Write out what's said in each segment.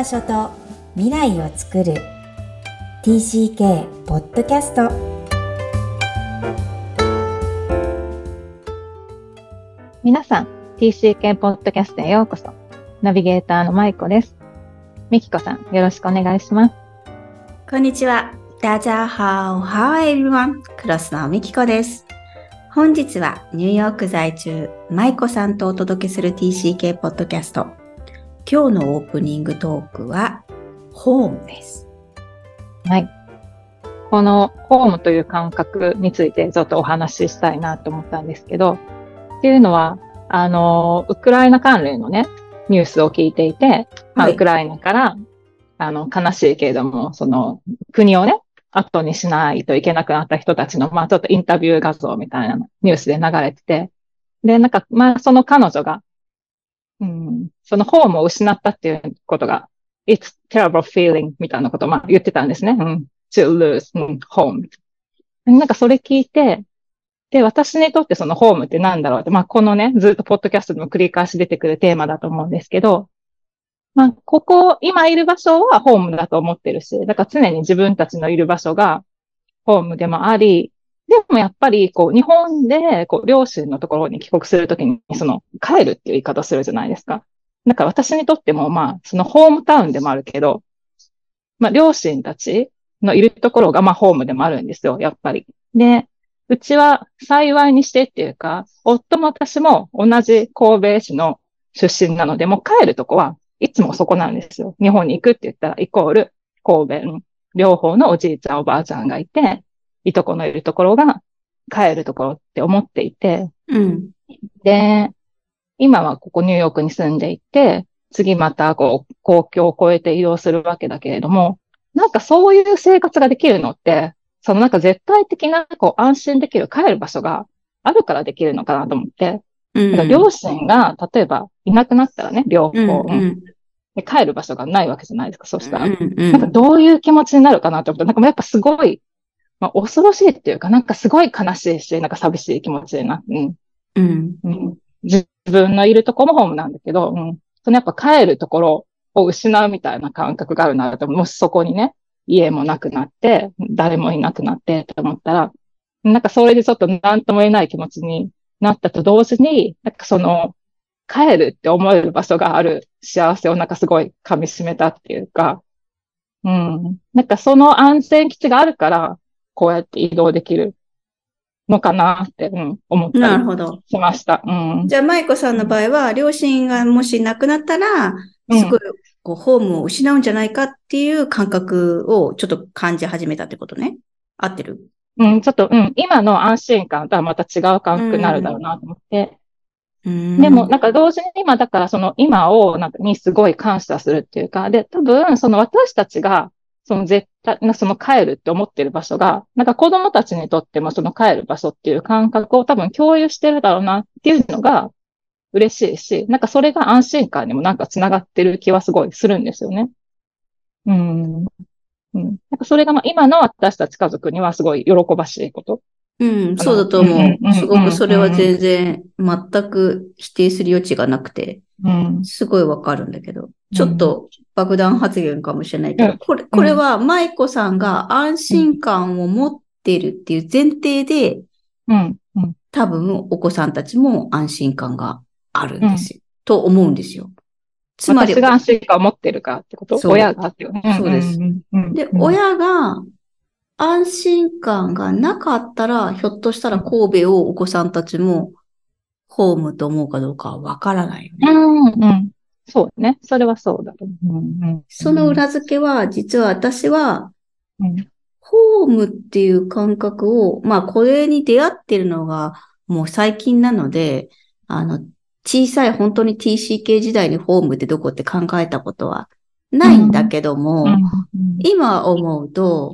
場所と未来をつくる TCK ポッドキャスト。 皆さん TCK ポッドキャストへようこそ。ナビゲーターのまいこです。みきこさん、よろしくお願いします。 こんにちは。大家好。Hi everyone。クロスのみきこです。本日はニューヨーク在住、まいこさんとお届けする TCK ポッドキャスト。今日のオープニングトークは、ホームです。 はい。このホームという感覚についてちょっとお話ししたいなと思ったんですけど、っていうのは、ウクライナ関連のね、ニュースを聞いていて、ウクライナから、悲しいけれども、その国をね、後にしないといけなくなった人たちの、ちょっとインタビュー画像みたいなニュースで流れてて、で、その彼女が、そのホームを失ったっていうことが、It's terrible feeling みたいなことを言ってたんですね。to lose home。それ聞いて、で、私にとってそのホームって何だろうって、このね、ずっとポッドキャストでも繰り返し出てくるテーマだと思うんですけど、今いる場所はホームだと思ってるし、だから常に自分たちのいる場所がホームでもあり、でもやっぱり、日本で、両親のところに帰国するときに、帰るっていう言い方をするじゃないですか。だから私にとっても、そのホームタウンでもあるけど、両親たちのいるところが、ホームでもあるんですよ、やっぱり。で、うちは幸いにしてっていうか、夫も私も同じ神戸市の出身なので、もう帰るとこはいつもそこなんですよ。日本に行くって言ったら、イコール神戸、両方のおじいちゃんおばあちゃんがいて、いとこのいるところが帰るところって思っていて、で、今はここニューヨークに住んでいて、次また公共を越えて移動するわけだけれども、そういう生活ができるのって、絶対的な安心できる帰る場所があるからできるのかなと思って、両親が例えばいなくなったらね、両方、で帰る場所がないわけじゃないですか、そしたら。どういう気持ちになるかなと思って、やっぱすごい、恐ろしいっていうか、すごい悲しいし、寂しい気持ちになって、自分のいるところもホームなんだけど、そのやっぱ帰るところを失うみたいな感覚があるなと、もしそこにね、家もなくなって、誰もいなくなってと思ったら、それでちょっと何とも言えない気持ちになったと同時に、帰るって思える場所がある幸せをすごい噛み締めたっていうか、その安全基地があるから、こうやって移動できるのかなって、思ったりしました。 じゃあ、舞子さんの場合は、両親がもし亡くなったら、すごい、ホームを失うんじゃないかっていう感覚をちょっと感じ始めたってことね。合ってる？ ちょっと、今の安心感とはまた違う感覚になるだろうなと思って。でも、同時に今にすごい感謝するっていうか、で、多分、私たちが、絶対、帰るって思ってる場所が、子供たちにとっても帰る場所っていう感覚を多分共有してるだろうなっていうのが嬉しいし、それが安心感にも繋がってる気はすごいするんですよね。それが今の私たち家族にはすごい喜ばしいこと。 そうだと思う。すごくそれは全然、全く否定する余地がなくて、すごいわかるんだけど、ちょっと爆弾発言かもしれないけど、これは舞子さんが安心感を持ってるっていう前提で、多分お子さんたちも安心感があるんですよ。と思うんですよ。 つまり、私が安心感を持ってるかってこと？親がっていう。 そうです。で、親が安心感がなかったら、ひょっとしたら神戸をお子さんたちもホームと思うかどうかはわからないよね。 そうね。それはそうだと思う。 その裏付けは、実は私は、ホームっていう感覚を、これに出会ってるのがもう最近なので、小さい本当に TCK 時代にホームってどこって考えたことはないんだけども、今思うと、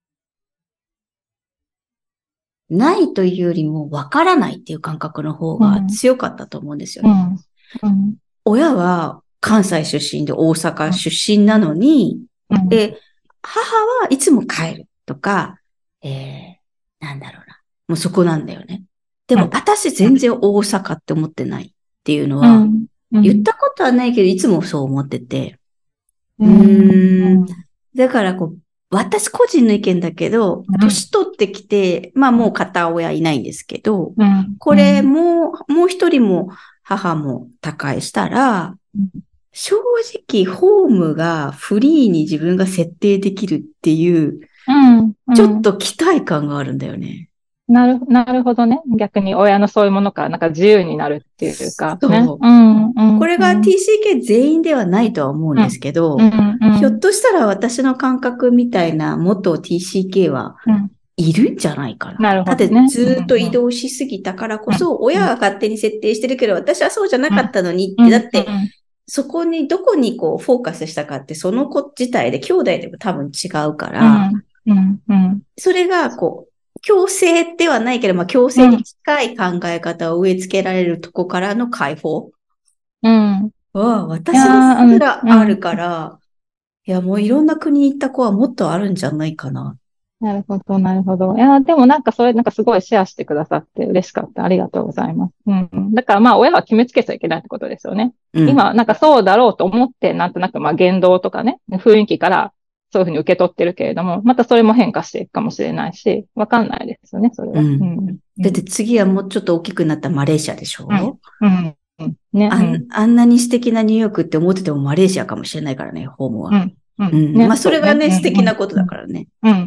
ないというよりも分からないっていう感覚の方が強かったと思うんですよね。親は関西出身で大阪出身なのに、で、母はいつも帰るとか、なんだろうな。もうそこなんだよね。でも私全然大阪って思ってないっていうのは、言ったことはないけどいつもそう思ってて、 だから私個人の意見だけど、年取ってきて、まあもう片親いないんですけど、これもう一人も母も他界したら、正直ホームがフリーに自分が設定できるっていう、ちょっと期待感があるんだよね。 なるほどね。逆に親のそういうものからなんか自由になるっていうか、ね。 これが TCK 全員ではないとは思うんですけど、ひょっとしたら私の感覚みたいな元 TCK はいるんじゃないかな。 なるほどね。 だってずっと移動しすぎたからこそ、親が勝手に設定してるけど、私はそうじゃなかったのにって、だって、そこに、どこにフォーカスしたかって、その子自体で、兄弟でも多分違うから、それが強制ではないけど、まあ強制に近い考え方を植え付けられるとこからの解放は、私にすらあるから、いや、もういろんな国に行った子はもっとあるんじゃないかな。 なるほど、なるほど。いや、でもなんかそれなんかすごいシェアしてくださって嬉しかった。ありがとうございます。だからまあ親は決めつけちゃいけないってことですよね。今なんかそうだろうと思って、なんとなくまあ言動とかね、雰囲気からそういうふうに受け取ってるけれども、またそれも変化していくかもしれないし、わかんないですよね、それは。 だって次はもうちょっと大きくなったマレーシアでしょ？ ね。 あんなに素敵なニューヨークって思っててもマレーシアかもしれないからね、ホームは。まあ、それがね、素敵なことだからね。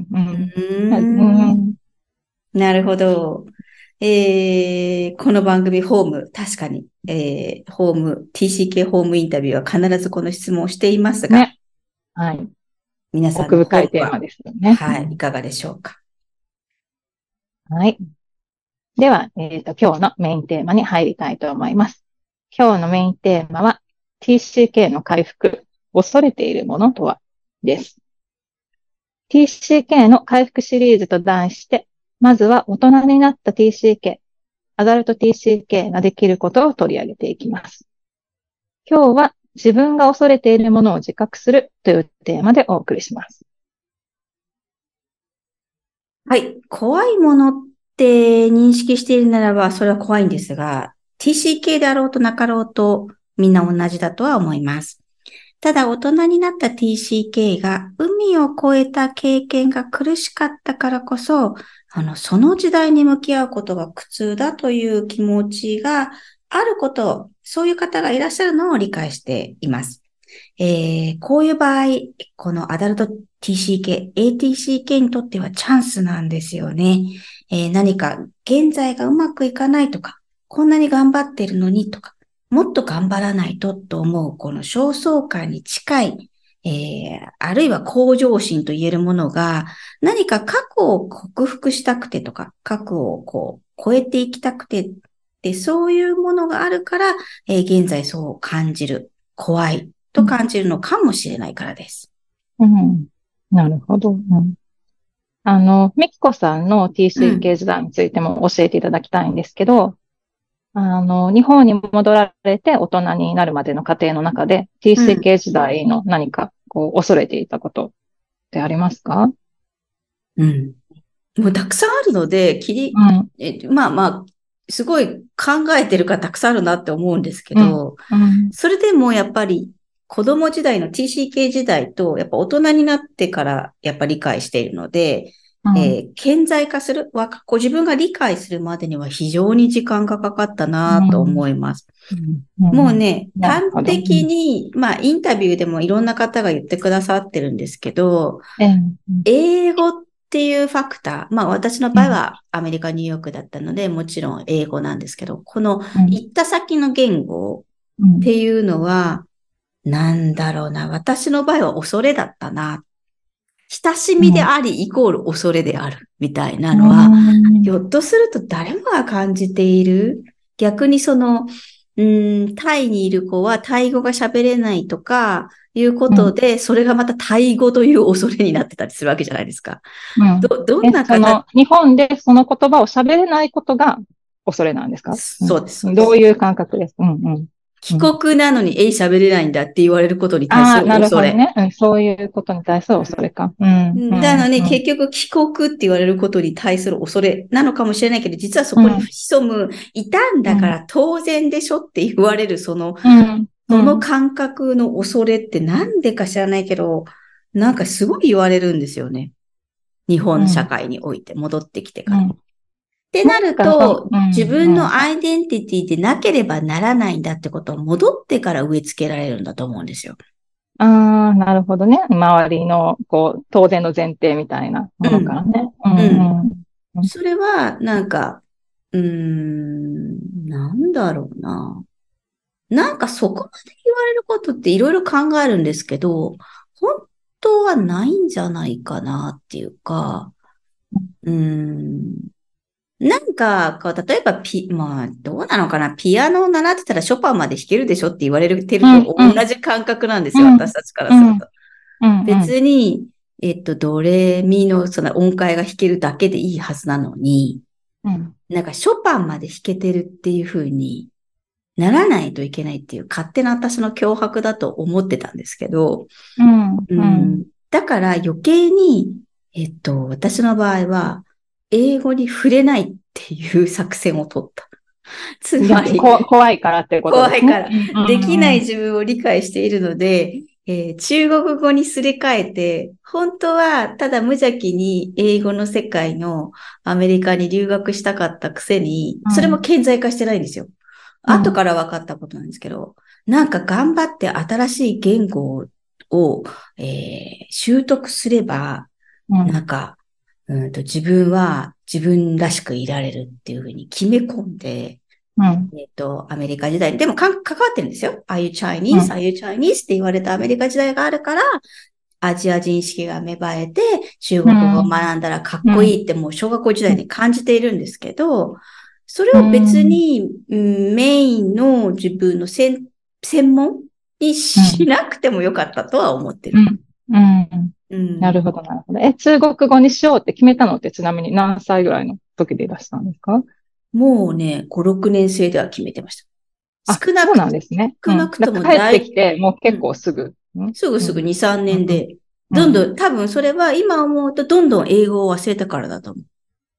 なるほど。この番組、ホーム、確かに、ホーム、TCK ホームインタビューは必ずこの質問をしていますが、 はい。 皆さん奥深いテーマですよね。 はい、いかがでしょうか。 はい。では、今日のメインテーマに入りたいと思います。今日のメインテーマは、TCK の回復。恐れているものとはです。TCK の回復シリーズと題して、まずは大人になった TCK、アダルト TCK ができることを取り上げていきます。今日は自分が恐れているものを自覚するというテーマでお送りします。 はい。怖いものって認識しているならば、それは怖いんですが、TCK であろうとなかろうとみんな同じだとは思います。ただ大人になった TCK が海を越えた経験が苦しかったからこそ、その時代に向き合うことが苦痛だという気持ちがあること、そういう方がいらっしゃるのを理解しています。こういう場合、このアダルト TCK、ATCK にとってはチャンスなんですよね。何か現在がうまくいかないとか、こんなに頑張ってるのにとか、もっと頑張らないとと思う、この焦燥感に近い、あるいは向上心と言えるものが、何か過去を克服したくてとか、過去を超えていきたくてで、そういうものがあるから、現在そう感じる、怖いと感じるのかもしれないからです。 なるほど。ミキコさんの TCK 時代についても教えていただきたいんですけど、日本に戻られて大人になるまでの過程の中で、TCK 時代の何か恐れていたことってありますか？ もうたくさんあるので、すごい考えてるからたくさんあるなって思うんですけど、それでもやっぱり子供時代の TCK 時代と、やっぱ大人になってからやっぱ理解しているので、顕在化する、自分が理解するまでには非常に時間がかかったなと思います。もうね、端的に、インタビューでもいろんな方が言ってくださってるんですけど、英語っていうファクター、私の場合はアメリカ、ニューヨークだったので、もちろん英語なんですけど、この行った先の言語っていうのは、なんだろうな、私の場合は恐れだったな。親しみでありイコール恐れであるみたいなのは、ひょっとすると誰もが感じている。逆にタイにいる子はタイ語が喋れないとかいうことで、それがまたタイ語という恐れになってたりするわけじゃないですか。どんな方日本でその言葉を喋れないことが恐れなんですか？ そうです。 どういう感覚ですか？ 帰国なのに喋れないんだって言われることに対する恐れ。 なるほどね。そういうことに対する恐れか。 なので、結局帰国って言われることに対する恐れなのかもしれないけど、実はそこに潜む、いたんだから当然でしょって言われる、 その感覚の恐れってなんでか知らないけど、なんかすごい言われるんですよね。日本社会において戻ってきてから。ってなると、自分のアイデンティティでなければならないんだってことを戻ってから植え付けられるんだと思うんですよ。 ああ、なるほどね。周りの、当然の前提みたいなものからね。 それは、なんか、なんだろうな。なんかそこまで言われることっていろいろ考えるんですけど、本当はないんじゃないかなっていうか、なんか、例えばまあ、どうなのかな、ピアノを習ってたらショパンまで弾けるでしょって言われてると同じ感覚なんですよ、私たちからすると。別に、ドレミのその音階が弾けるだけでいいはずなのに、なんかショパンまで弾けてるっていう風にならないといけないっていう勝手な私の脅迫だと思ってたんですけど、だから余計に、私の場合は、英語に触れないっていう作戦を取った。つまり、 怖いからってことですね。 怖いから。できない自分を理解しているので、中国語にすり替えて、本当はただ無邪気に英語の世界のアメリカに留学したかったくせに、それも顕在化してないんですよ。後から分かったことなんですけど、なんか頑張って新しい言語を、習得すれば、なんか、自分は自分らしくいられるっていうふうに決め込んで、アメリカ時代に、でも関わってるんですよ。Are you Chinese? Are you Chinese? って言われたアメリカ時代があるから、アジア人意識が芽生えて、中国語を学んだらかっこいいってもう小学校時代に感じているんですけど、それを別に、メインの自分の専門にしなくてもよかったとは思ってる。 なるほど、なるほど。中国語にしようって決めたのってちなみに何歳ぐらいの時でいらしたんですか？ もうね、5、6年生では決めてました。 そうなんですね。 少なくとも帰ってきて、もう結構すぐ。 すぐ2、3年で、どんどん、多分それは今思うとどんどん英語を忘れたからだと思う。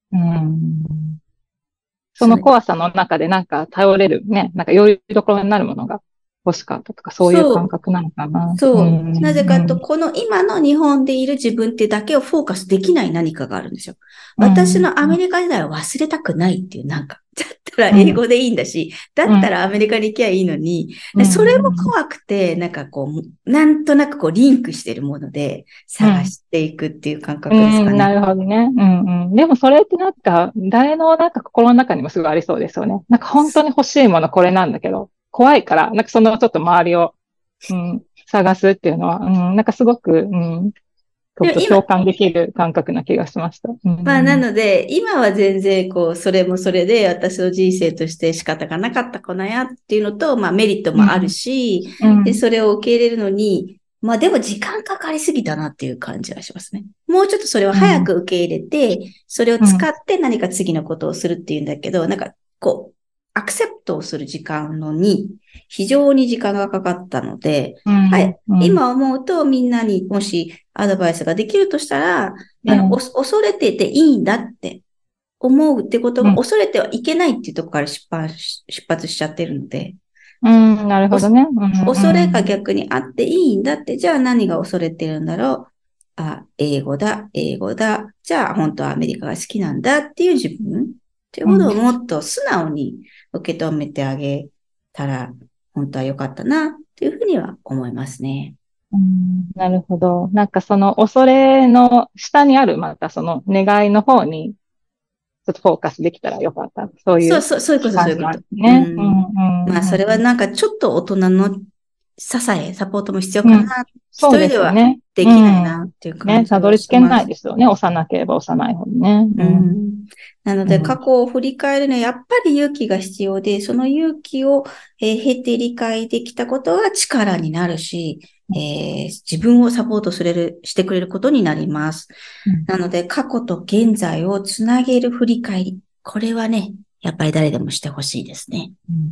その怖さの中でなんか頼れるね、なんかよりどころになるものが欲しかったとか、そういう感覚なのかな。 そう。なぜかと、この今の日本でいる自分ってだけをフォーカスできない何かがあるんですよ。私のアメリカ時代は忘れたくないっていうなんか、だったら英語でいいんだし、だったらアメリカに行きゃいいのに、それも怖くて、なんかなんとなくリンクしてるもので探していくっていう感覚ですかね。 なるほどね。でもそれってなんか、誰のなんか心の中にもすぐありそうですよね。なんか本当に欲しいものこれなんだけど、怖いから、なんかそのちょっと周りを、探すっていうのは、なんかすごく、共感できる感覚な気がしました。 まあ、なので、今は全然、それもそれで、私の人生として仕方がなかったかなやっていうのと、まあ、メリットもあるし、で、それを受け入れるのに、まあ、でも時間かかりすぎたなっていう感じはしますね。もうちょっとそれを早く受け入れて、それを使って何か次のことをするっていうんだけど、なんか、アクセプトをする時間に非常に時間がかかったので、はい。今思うとみんなにもしアドバイスができるとしたら、恐れてていいんだって思うってことが恐れてはいけないっていうところから出発しちゃってるので。 なるほどね。 恐れが逆にあっていいんだって、じゃあ何が恐れてるんだろう。英語だ。じゃあ本当はアメリカが好きなんだっていう自分っていうことをもっと素直に受け止めてあげたら、本当は良かったな、っていうふうには思いますね。 なるほど。なんかその恐れの下にあるまたその願いの方にちょっとフォーカスできたらよかった。そういう。 そういうこと、そういうこと。 ね。 まあそれはなんかちょっと大人のサポートも必要かな。一人ではできないなっていう感じがします。 たどり着けないですよね。幼ければ幼いほどね。 なので過去を振り返るのはやっぱり勇気が必要で、その勇気を経て理解できたことは力になるし、自分をサポートしてくれることになります。なので過去と現在をつなげる振り返り。これはね、やっぱり誰でもしてほしいですね。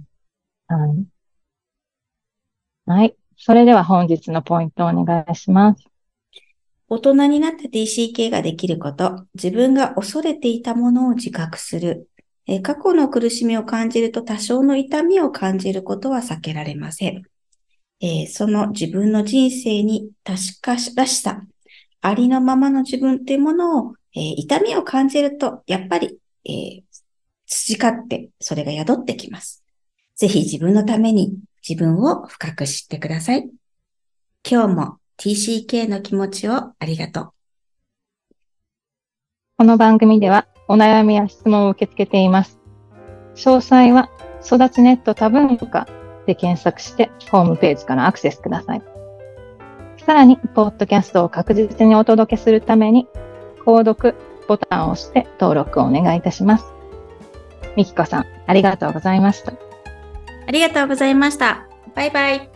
はい。それでは本日のポイントをお願いします。 大人になった TCK ができること、自分が恐れていたものを自覚する。過去の苦しみを感じると多少の痛みを感じることは避けられません。 その自分の人生に確からしさ、ありのままの自分っていうものを、痛みを感じると、やっぱり、培ってそれが宿ってきます。ぜひ自分のために自分を深く知ってください。今日も TCK の気持ちをありがとう。 この番組ではお悩みや質問を受け付けています。詳細は育ちネット多文化で検索してホームページからアクセスください。さらに、ポッドキャストを確実にお届けするために、購読ボタンを押して登録をお願いいたします。みきこさん、ありがとうございました。 ありがとうございました。バイバイ。